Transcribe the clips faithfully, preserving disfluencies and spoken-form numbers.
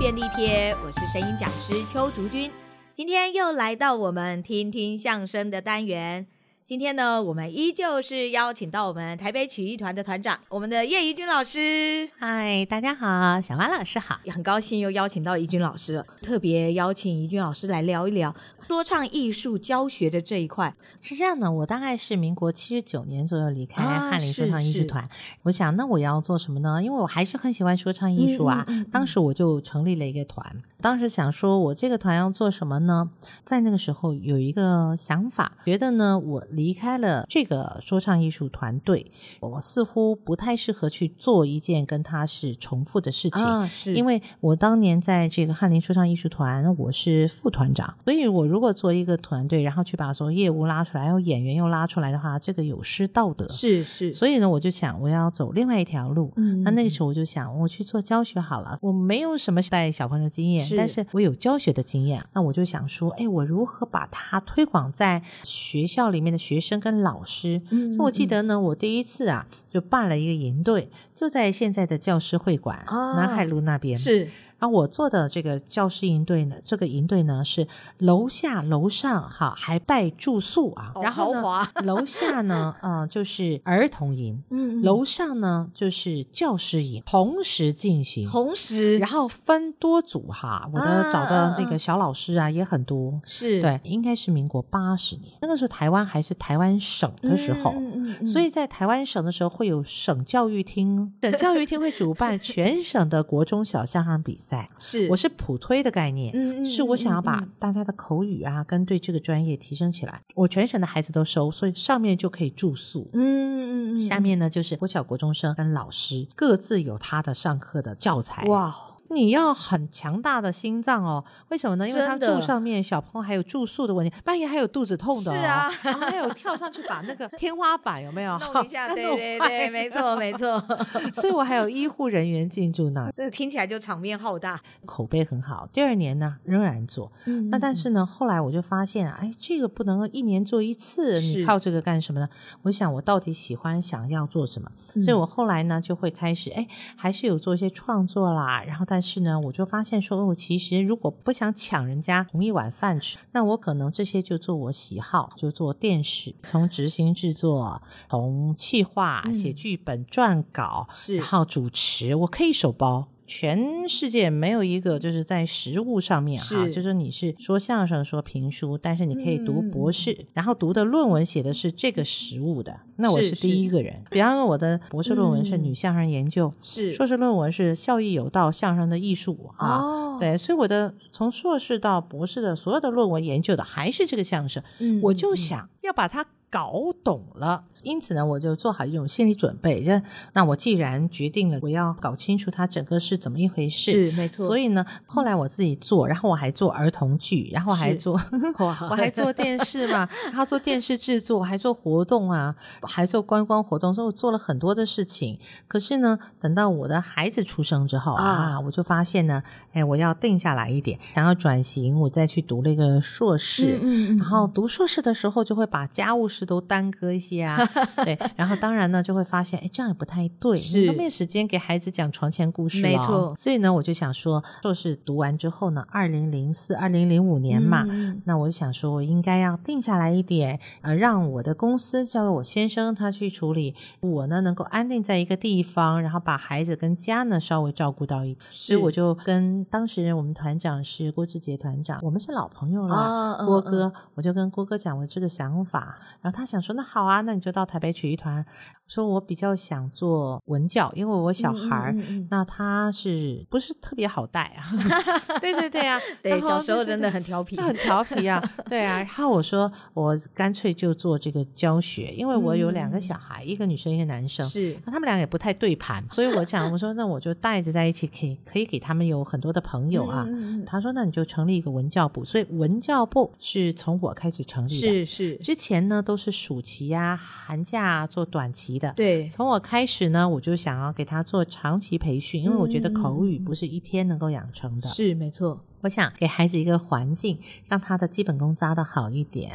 便利贴，我是声音讲师邱竹君。今天又来到我们听听相声的单元。今天呢，我们依旧是邀请到我们台北曲艺团的团长，我们的叶怡君老师。 嗨，大家好，小蛙老师好。 也很高兴又邀请到怡君老师了，特别邀请怡君老师来聊一聊说唱艺术教学的这一块。 是这样的，我大概是民国七十九年左右离开翰林说唱艺术团、啊、我想那我要做什么呢？因为我还是很喜欢说唱艺术啊、嗯嗯嗯、当时我就成立了一个团。当时想说我这个团要做什么呢？在那个时候有一个想法，觉得呢我离开了这个说唱艺术团队，我似乎不太适合去做一件跟他是重复的事情、啊、是因为我当年在这个翰林说唱艺术团我是副团长，所以我如果做一个团队，然后去把所有业务拉出来，然后演员又拉出来的话，这个有失道德。 是是， 所以呢我就想我要走另外一条路。嗯，那那个时候我就想我去做教学好了，我没有什么带小朋友经验，但是我有教学的经验。那我就想说哎，我如何把它推广在学校里面的学生跟老师。嗯，所以我记得呢我第一次啊就办了一个营队，就在现在的教师会馆、啊、南海路那边。是，然后我做的这个教师营队呢，这个营队呢是楼下楼上哈还带住宿啊， 好然后呢豪华楼下呢呃就是儿童营，嗯，楼上呢就是教师营，同时进行， 同时， 然后分多组哈，我的找的那个小老师啊也很多， 是， 对，应该是民国八十年，那个时候台湾还是台湾省的时候，嗯嗯嗯，所以在台湾省的时候会有省教育厅，省教育厅会主办全省的国中小相声比赛。是，我是普推的概念，嗯嗯，是我想要把大家的口语啊跟对这个专业提升起来，我全省的孩子都收，所以上面就可以住宿，嗯嗯嗯，下面呢就是国小国中生跟老师各自有他的上课的教材。哇，你要很强大的心脏哦，为什么呢？因为他住上面，小朋友还有住宿的问题，半夜还有肚子痛的、哦、是啊，然后还有跳上去把那个天花板有没有弄一下对对对，没错没错所以我还有医护人员进驻那， 这听起来就场面浩大， 口碑很好。第二年呢仍然做，嗯，那但是呢后来我就发现哎，这个不能一年做一次，你靠这个干什么呢？我想我到底喜欢想要做什么、嗯、所以我后来呢就会开始哎，还是有做一些创作啦，然后但是呢我就发现说我其实如果不想抢人家同一碗饭吃，那我可能这些就做我喜好，就做电视，从执行制作，从企划、嗯、写剧本、撰稿，然后主持，我可以手包。全世界没有一个就是在实务上面哈，就是你是说相声说评书，但是你可以读博士、嗯、然后读的论文写的是这个实务的，那我是第一个人。比方说我的博士论文是女相声研究，是、嗯、硕士论文是效益有道相声的艺术哈、哦，对，所以我的从硕士到博士的所有的论文研究的还是这个相声、嗯、我就想要把它搞懂了，因此呢我就做好一种心理准备，就那我既然决定了我要搞清楚它整个是怎么一回事，是没错，所以呢后来我自己做，然后我还做儿童剧，然后还做我还做电视嘛然后做电视制作，还做活动啊，还做观光活动，所以我做了很多的事情。可是呢等到我的孩子出生之后 啊, 啊我就发现呢哎，我要定下来一点，想要转型，我再去读了一个硕士，嗯嗯嗯，然后读硕士的时候就会把家务事都耽搁一些啊对，然后当然呢就会发现哎，这样也不太对，你都没有时间给孩子讲床前故事了，没错。所以呢我就想说硕士读完之后呢二零零四、二零零五年嘛、嗯、那我就想说我应该要定下来一点，呃，让我的公司交给我先生他去处理，我呢能够安定在一个地方，然后把孩子跟家呢稍微照顾到一，所以我就跟当时我们团长是郭志杰团长，我们是老朋友了、哦、郭哥、嗯、我就跟郭哥讲我这个想法，然后他想说那好啊，那你就到台北曲艺团。说我比较想做文教，因为我小孩、嗯嗯嗯、那他是不是特别好带啊对对对啊对，小时候真的很调皮， 很调皮啊对啊，然后我说我干脆就做这个教学，因为我有两个小孩、嗯、一个女生一个男生，是他们俩也不太对盘，所以我讲我说那我就带着在一起，可以可以给他们有很多的朋友啊、嗯、他说那你就成立一个文教部，所以文教部是从我开始成立的，是是，之前呢都是暑期啊寒假啊做短期的，对，从我开始呢我就想要给他做长期培训，因为我觉得口语不是一天能够养成的，是没错，我想给孩子一个环境，让他的基本功扎得好一点、嗯、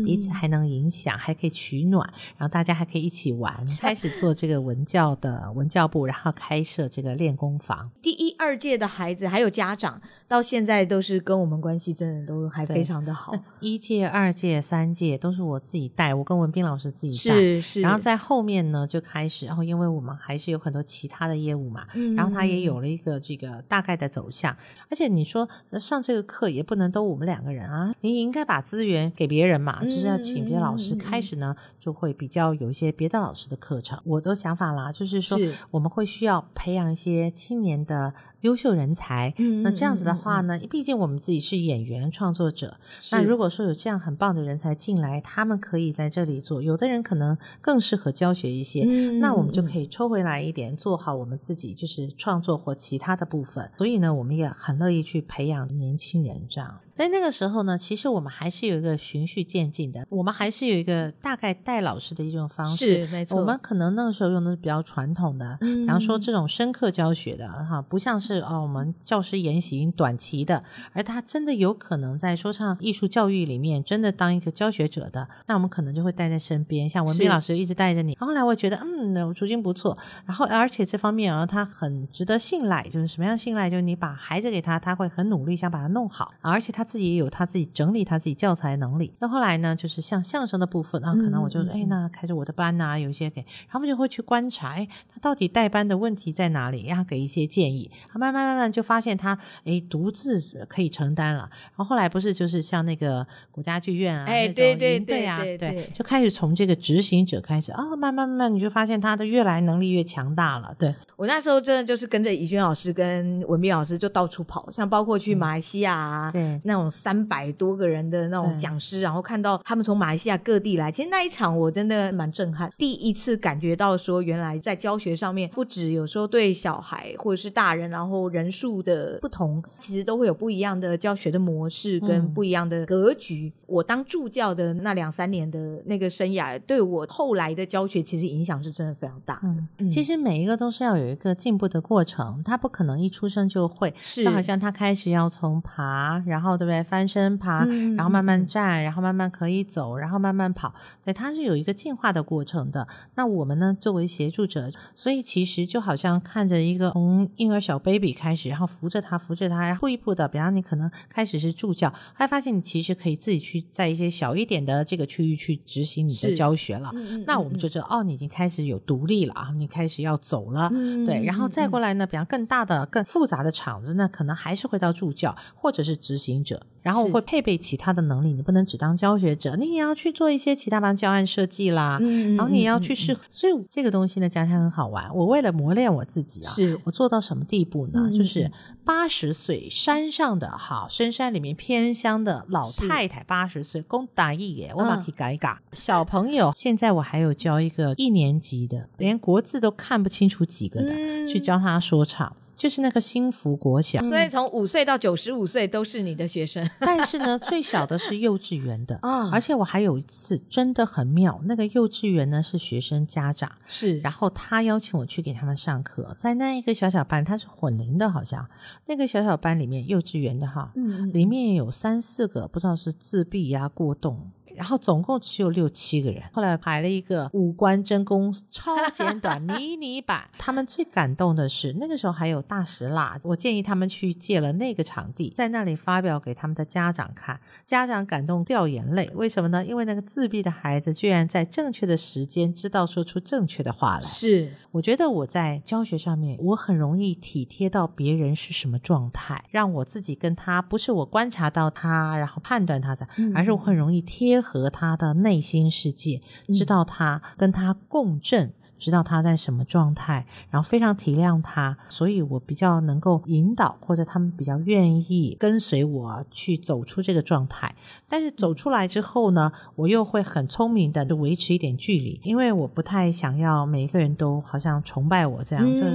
彼此还能影响，还可以取暖，然后大家还可以一起玩，开始做这个文教的文教部，然后开设这个练功房。 第一二届的孩子还有家长到现在都是跟我们关系真的都还非常的好。 一届二届三届都是我自己带，我跟文彬老师自己带， 是是。 然后在后面呢就开始，然后因为我们还是有很多其他的业务嘛、嗯、然后他也有了一个这个大概的走向。而且你说上这个课也不能都我们两个人啊，你应该把资源给别人嘛、嗯、就是要请别的老师、嗯、开始呢就会比较有一些别的老师的课程。我的想法啦就是说我们会需要培养一些青年的优秀人才、嗯、那这样子的话呢、嗯、毕竟我们自己是演员创作者，那如果说有这样很棒的人才进来，他们可以在这里做，有的人可能更适合教学一些、嗯、那我们就可以抽回来一点、嗯、做好我们自己就是创作或其他的部分。所以呢我们也很乐意去培养年轻人这样。在那个时候呢其实我们还是有一个循序渐进的，我们还是有一个大概带老师的一种方式， 是没错。 我们可能那个时候用的是比较传统的，比方说这种深刻教学的哈，不像是哦我们教师研习短期的，而他真的有可能在说唱艺术教育里面真的当一个教学者的，那我们可能就会带在身边，像文彬老师一直带着你。后来我觉得嗯处境不错，然后而且这方面啊他很值得信赖，就是什么样信赖，就是你把孩子给他，他会很努力想把它弄好，而且他自己也有他自己整理他自己教材能力。那后来呢就是像相声的部分啊，可能我就哎、嗯、那开着我的班啊，有一些给他们就会去观察哎他到底带班的问题在哪里，要给一些建议，慢慢慢慢就发现他哎独自可以承担了。然后后来不是就是像那个国家剧院啊， 哎对对对啊对对, 对, 对就开始从这个执行者开始啊、哦，慢慢慢慢你就发现他的越来能力越强大了。对， 我那时候真的就是跟着怡娟老师跟文彬老师就到处跑，像包括去马来西亚啊、嗯、对那种三百多个人的那种讲师，然后看到他们从马来西亚各地来，其实那一场我真的蛮震撼，第一次感觉到说原来在教学上面不止有时候对小孩或者是大人然后人数的不同，其实都会有不一样的教学的模式跟不一样的格局、嗯、我当助教的那两三年的那个生涯对我后来的教学其实影响是真的非常大的、 嗯嗯、其实每一个都是要有一个进步的过程，他不可能一出生就会，是就好像他开始要从爬然后对不对翻身爬、嗯、然后慢慢站、嗯、然后慢慢可以走然后慢慢跑，对，他是有一个进化的过程的。那我们呢作为协助者，所以其实就好像看着一个从婴儿小 baby 开始，然后扶着他扶着他，然后一步一步的，比方你可能开始是助教，后来发现你其实可以自己去在一些小一点的这个区域去执行你的教学了、嗯、那我们就知道、嗯、哦你已经开始有独立了啊，你开始要走了、嗯、对，然后再过来呢比方更大的更复杂的场子呢可能还是会到助教或者是执行者，然后会配备其他的能力，你不能只当教学者，你也要去做一些其他帮教案设计啦、嗯、然后你也要去试、嗯、所以这个东西呢讲起来很好玩。我为了磨练我自己啊，是我做到什么地步呢、嗯、就是八十岁山上的好深山里面偏乡的老太太，八十岁公打一耶，我把它改一改、嗯、小朋友现在我还有教一个一年级的连国字都看不清楚几个的、嗯、去教他说唱，就是那个新福国小， 所以从五岁到九十五岁都是你的学生。 但是呢最小的是幼稚园的、哦、而且我还有一次真的很妙，那个幼稚园呢是学生家长，是然后他邀请我去给他们上课，在那一个小小班，他是混龄的，好像那个小小班里面幼稚园的哈、嗯、里面有三四个不知道是自闭呀、过动，然后总共只有六七个人，后来排了一个五官真功超简短迷你版他们最感动的是那个时候还有大石蜡，我建议他们去借了那个场地，在那里发表给他们的家长看，家长感动掉眼泪。为什么呢？因为那个自闭的孩子居然在正确的时间知道说出正确的话来。是我觉得我在教学上面我很容易体贴到别人是什么状态，让我自己跟他不是我观察到他然后判断他、嗯、而是我很容易贴合他的内心世界，知道他跟他共振，知道他在什么状态，然后非常体谅他，所以我比较能够引导，或者他们比较愿意跟随我去走出这个状态。但是走出来之后呢，我又会很聪明的维持一点距离，因为我不太想要每一个人都好像崇拜我这样、嗯、就是我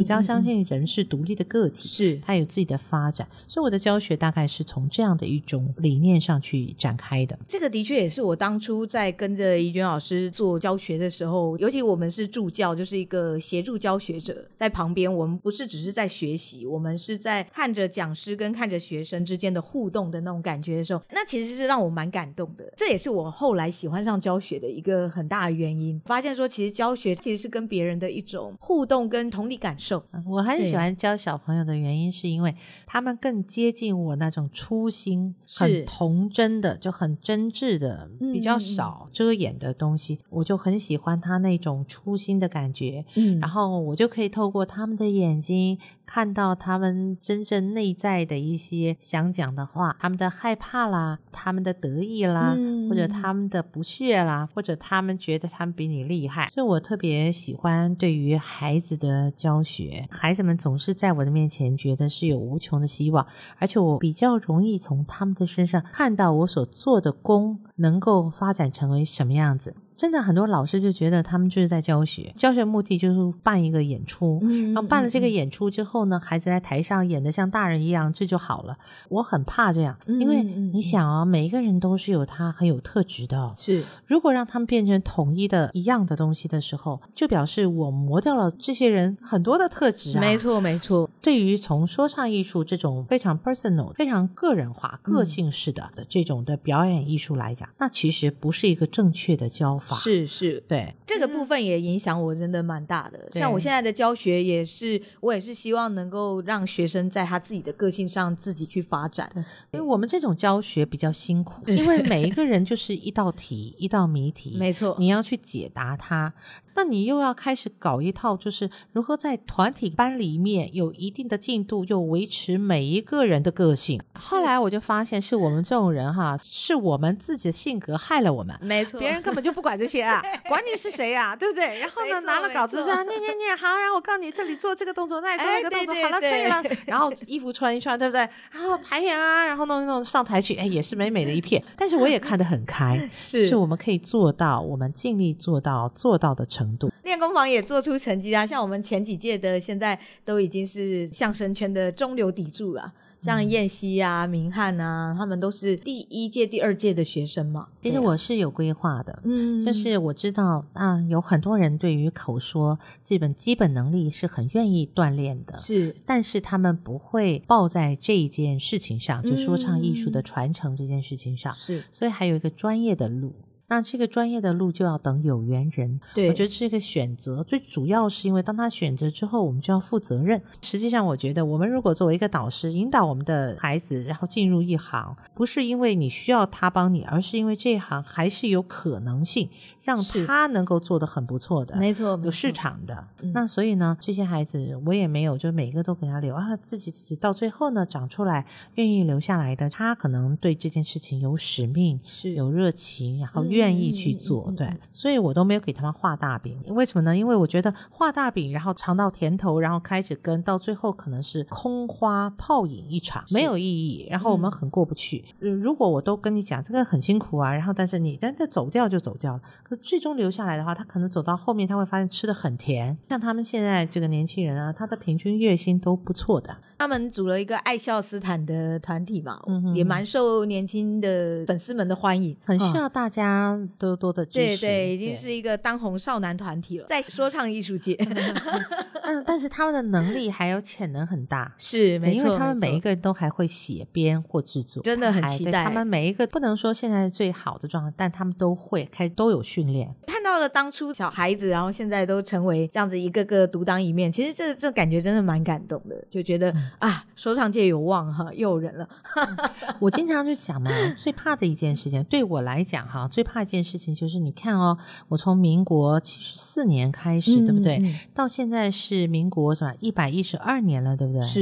比较相信人是独立的个体， 是他有自己的发展，所以我的教学大概是从这样的一种理念上去展开的。 这个的确也是我当初在跟着怡娟老师做教学的时候，尤其我们是助教，就是一个协助教学者在旁边，我们不是只是在学习，我们是在看着讲师跟看着学生之间的互动的那种感觉的时候，那其实是让我蛮感动的。这也是我后来喜欢上教学的一个很大的原因，发现说其实教学其实是跟别人的一种互动跟同理感受。 我很喜欢教小朋友的原因是因为他们更接近我那种初心，很童真的，就很真挚的，比较少遮掩的东西、嗯、我就很喜欢他那种初心的感觉、嗯、然后我就可以透过他们的眼睛看到他们真正内在的一些想讲的话，他们的害怕啦，他们的得意啦、嗯、或者他们的不屑啦，或者他们觉得他们比你厉害。所以我特别喜欢对于孩子的教学，孩子们总是在我的面前觉得是有无穷的希望，而且我比较容易从他们的身上看到我所做的功能够发展成为什么样子。真的很多老师就觉得他们就是在教学，教学目的就是办一个演出、嗯、然后办了这个演出之后呢、嗯、孩子在台上演得像大人一样，这就好了。我很怕这样、嗯、因为你想啊、哦，每一个人都是有他很有特质的、哦、 是如果让他们变成统一的一样的东西的时候，就表示我磨掉了这些人很多的特质啊。 没错没错。 对于从说唱艺术这种非常 personal 非常个人化个性式的、嗯、的这种的表演艺术来讲，那其实不是一个正确的教法。 是是， 对， 这个部分也影响我真的蛮大的。像我现在的教学也是，我也是希望能够让学生在他自己的个性上自己去发展。 因为我们这种教学比较辛苦，因为每一个人就是一道题一道谜题， 没错， 你要去解答它，那你又要开始搞一套就是如何在团体班里面有一定的进度，又维持每一个人的个性。后来我就发现是我们这种人哈，是我们自己的性格害了我们。 没错， 别人根本就不管这些啊管你是谁啊，对不对？然后呢拿了稿子这样念念念，好，然后我告诉你这里做这个动作，那里做那个动作、哎、好了可以了，然后衣服穿一穿，对不对？然后排演啊，然后弄一弄上台去，哎，也是美美的一片。但是我也看得很开是, 是我们可以做到，我们尽力做到做到的程度。 练功房也做出成绩啊，像我们前几届的现在都已经是相声圈的中流砥柱了，像燕西啊、明翰啊，他们都是第一届第二届的学生嘛。 其实我是有规划的，嗯，就是我知道啊，有很多人对于口说这本基本能力是很愿意锻炼的， 是， 但是他们不会抱在这一件事情上，就说唱艺术的传承这件事情上， 是， 所以还有一个专业的路。那这个专业的路就要等有缘人，对，我觉得这个选择最主要是因为当他选择之后我们就要负责任。实际上我觉得我们如果作为一个导师引导我们的孩子然后进入一行，不是因为你需要他帮你，而是因为这一行还是有可能性让他能够做得很不错的， 没错， 有市场的、嗯、那所以呢这些孩子我也没有就每个都给他留啊，自己自己到最后呢长出来愿意留下来的，他可能对这件事情有使命，是有热情，然后愿意去做、嗯、对，所以我都没有给他们画大饼。为什么呢？因为我觉得画大饼然后尝到甜头然后开始跟到最后可能是空花泡影一场，没有意义，然后我们很过不去、嗯、如果我都跟你讲这个很辛苦啊，然后但是你但是走掉就走掉了，可是最终留下来的话，他可能走到后面他会发现吃得很甜。像他们现在这个年轻人啊，他的平均月薪都不错的。 他们组了一个爱笑斯坦的团体嘛、嗯、也蛮受年轻的粉丝们的欢迎， 很需要大家多多的支持。 对对，已经是一个当红少男团体了，在说唱艺术界嗯，但是他们的能力还有潜能很大， 是没错， 因为他们每一个人都还会写编或制作， 真的很期待。 他们每一个不能说现在是最好的状态，但他们都会开都有训练。 看到了当初小孩子然后现在都成为这样子一个个独当一面，其实这这感觉真的蛮感动的，就觉得、嗯、啊说唱界有望哈，又有人了我经常就讲嘛，最怕的一件事情对我来讲哈，最怕一件事情就是你看哦，我从民国七十四年开始、嗯、对不对、嗯、到现在是民国什么一百一十二年了，对不对？ 是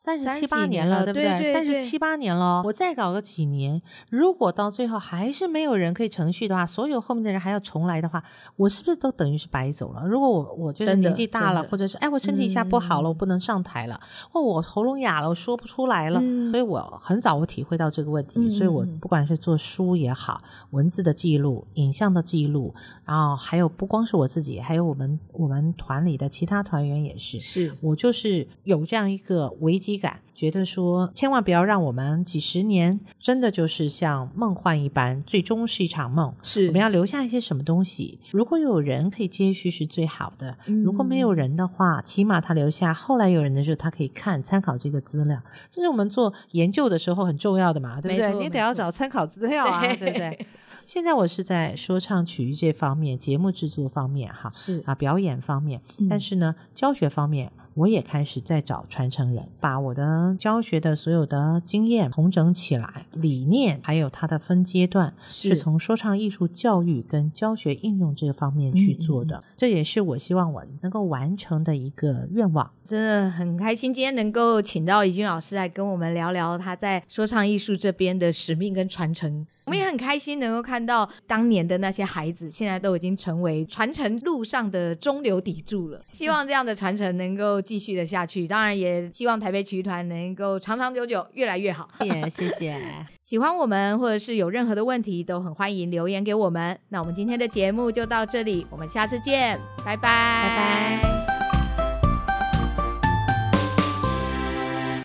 三十七八年了，对不对？三十七八年了，我再搞个几年，如果到最后还是没有人可以程序的话，所有后面的人还要重来的话，我是不是都等于是白走了？如果我我觉得年纪大了，或者是哎我身体一下不好了，嗯、我不能上台了，或我喉咙哑了，我说不出来了，嗯、所以我很早我体会到这个问题，嗯、所以我不管是做书也好，文字的记录、影像的记录，然后还有不光是我自己，还有我们我们团里的其他团员也是， 是我就是有这样一个危机感，觉得说千万不要让我们几十年真的就是像梦幻一般，最终是一场梦， 是我们要留下一些什么东西，如果有人可以接续是最好的、嗯、如果没有人的话，起码他留下后来有人的时候他可以看参考这个资料，这是我们做研究的时候很重要的嘛，对不对？你得要找参考资料啊，对不对？现在我是在说唱曲艺这方面，节目制作方面哈， 是啊，表演方面、嗯、但是呢教学方面我也开始在找传承人，把我的教学的所有的经验统整起来，理念还有它的分阶段 是, 是从说唱艺术教育跟教学应用这个方面去做的、嗯、这也是我希望我能够完成的一个愿望。 真的很开心今天能够请到怡君老师来跟我们聊聊他在说唱艺术这边的使命跟传承，我们也很开心能够看到当年的那些孩子现在都已经成为传承路上的中流砥柱了，希望这样的传承能够继续的下去，当然也希望台北曲艺团能够长长久久越来越好。 谢谢谢喜欢我们或者是有任何的问题都很欢迎留言给我们，那我们今天的节目就到这里，我们下次见，拜拜拜拜。